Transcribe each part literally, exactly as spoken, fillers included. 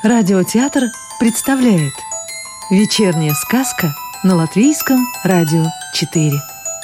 Радиотеатр представляет «Вечерняя сказка» на Латвийском радио четыре.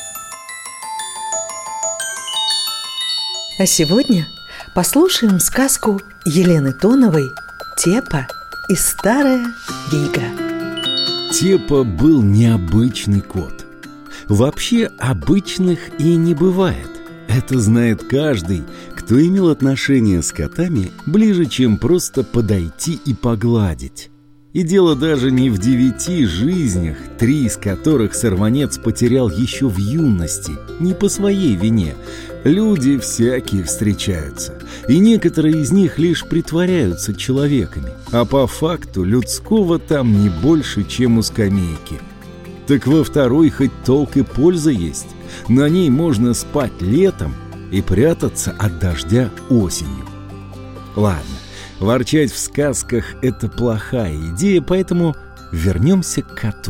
А сегодня послушаем сказку Елены Тоновой «Тепа и старая Рига». Тепа был необычный кот. Вообще обычных и не бывает. Это знает каждый, кто имел отношение с котами ближе, чем просто подойти и погладить. И дело даже не в девяти жизнях, три из которых сорванец потерял еще в юности, не по своей вине. Люди всякие встречаются, и некоторые из них лишь притворяются человеками, а по факту людского там не больше, чем у скамейки. Так во второй хоть толк и польза есть. На ней можно спать летом и прятаться от дождя осенью. Ладно, ворчать в сказках – это плохая идея, поэтому вернемся к коту.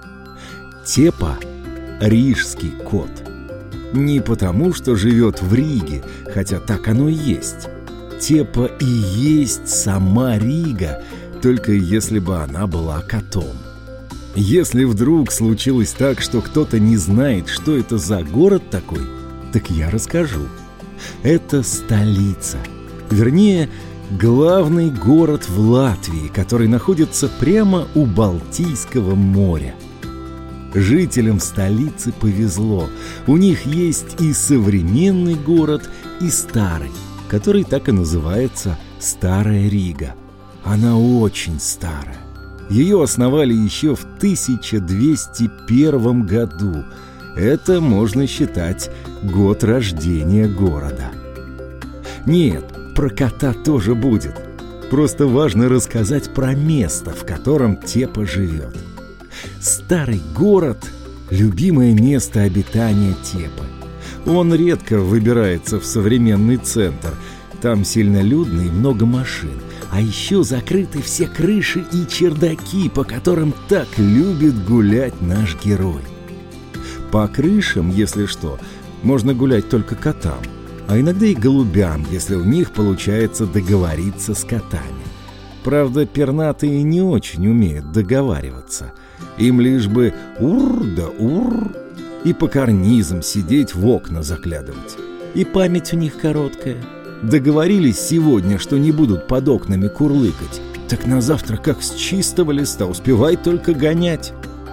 Тепа – рижский кот. Не потому, что живет в Риге, хотя так оно и есть. Тепа и есть сама Рига, только если бы она была котом. Если вдруг случилось так, что кто-то не знает, что это за город такой, так я расскажу. Это столица. Вернее, главный город в Латвии, который находится прямо у Балтийского моря. Жителям столицы повезло. У них есть и современный город, и старый, который так и называется Старая Рига. Она очень старая. Ее основали еще в тысяча двести первом году. Это можно считать год рождения города. Нет, про кота тоже будет. Просто важно рассказать про место, в котором Тепа живет. Старый город – любимое место обитания Тепы. Он редко выбирается в современный центр. Там сильно людно и много машин. А еще закрыты все крыши и чердаки, по которым так любит гулять наш герой. По крышам, если что, можно гулять только котам, а иногда и голубям, если у них получается договориться с котами. Правда, пернатые не очень умеют договариваться. Им лишь бы ур да ур и по карнизам сидеть, в окна заглядывать. И память у них короткая. Договорились сегодня, что не будут под окнами курлыкать, так на завтра, как с чистого листа, успевай только гонять.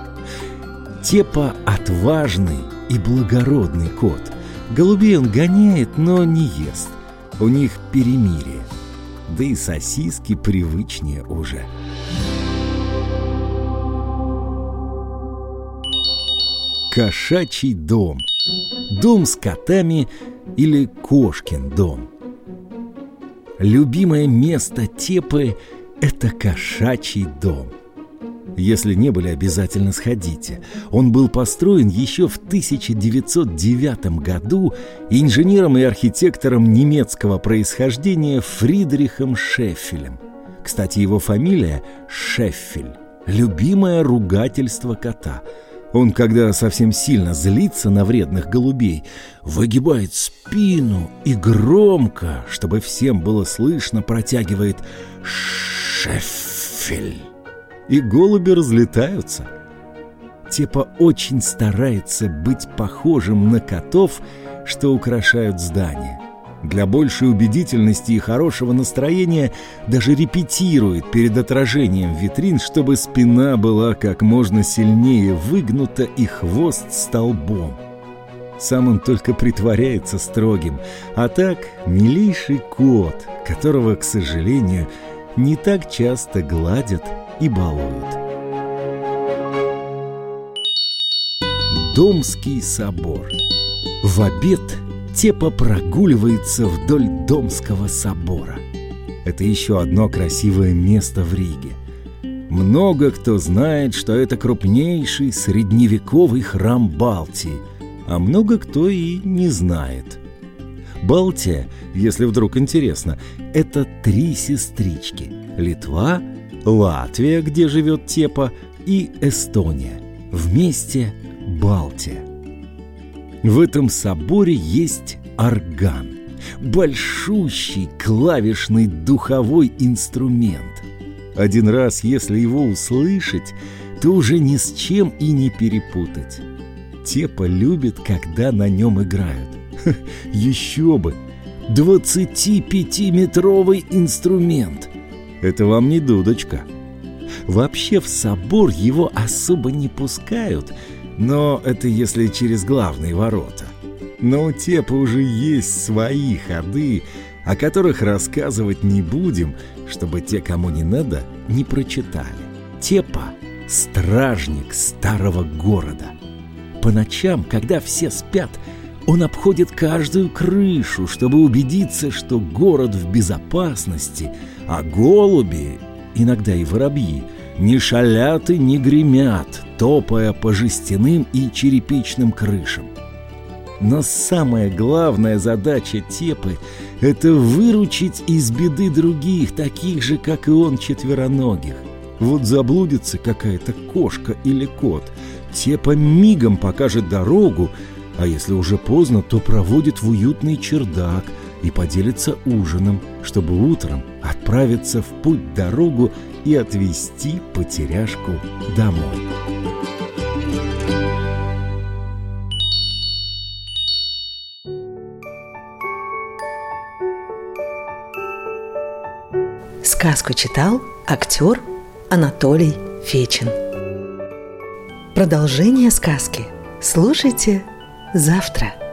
Тепа отважный и благородный кот. Голубей он гоняет, но не ест. У них перемирие. Да и сосиски привычнее уже. Кошачий дом. Дом с котами или кошкин дом. Любимое место Тепы – это кошачий дом. Если не были, обязательно сходите. Он был построен еще в тысяча девятьсот девятом году инженером и архитектором немецкого происхождения Фридрихом Шеффелем. Кстати, его фамилия – Шеффель – любимое ругательство кота. Он, когда совсем сильно злится на вредных голубей, выгибает спину и громко, чтобы всем было слышно, протягивает «Шеффель». И голуби разлетаются. Тепа очень старается быть похожим на котов, что украшают здания. Для большей убедительности и хорошего настроения даже репетирует перед отражением витрин, чтобы спина была как можно сильнее выгнута и хвост столбом. Сам он только притворяется строгим, а так милейший кот, которого, к сожалению, не так часто гладят и балуют. Домский собор. В обед Тепа прогуливается вдоль Домского собора. Это еще одно красивое место в Риге. Много кто знает, что это крупнейший средневековый храм Балтии, а много кто и не знает. Балтия, если вдруг интересно, это три сестрички – Литва, Латвия, где живет Тепа, и Эстония. Вместе Балтия. В этом соборе есть орган. Большущий клавишный духовой инструмент. Один раз, если его услышать, то уже ни с чем и не перепутать. Тепа любит, когда на нем играют. Ха, еще бы! двадцатипятиметровый инструмент! Это вам не дудочка. Вообще в собор его особо не пускают, но это если через главные ворота. Но у Тепы уже есть свои ходы, о которых рассказывать не будем, чтобы те, кому не надо, не прочитали. Тепа – стражник старого города. По ночам, когда все спят, он обходит каждую крышу, чтобы убедиться, что город в безопасности, а голуби, иногда и воробьи, не шалят и не гремят, топая по жестяным и черепичным крышам. Но самая главная задача Тепы – это выручить из беды других, таких же, как и он, четвероногих. Вот заблудится какая-то кошка или кот, Тепа мигом покажет дорогу, а если уже поздно, то проводит в уютный чердак и поделится ужином, чтобы утром отправиться в путь-дорогу и отвезти потеряшку домой. Сказку читал актер Анатолий Фечин. Продолжение сказки слушайте завтра.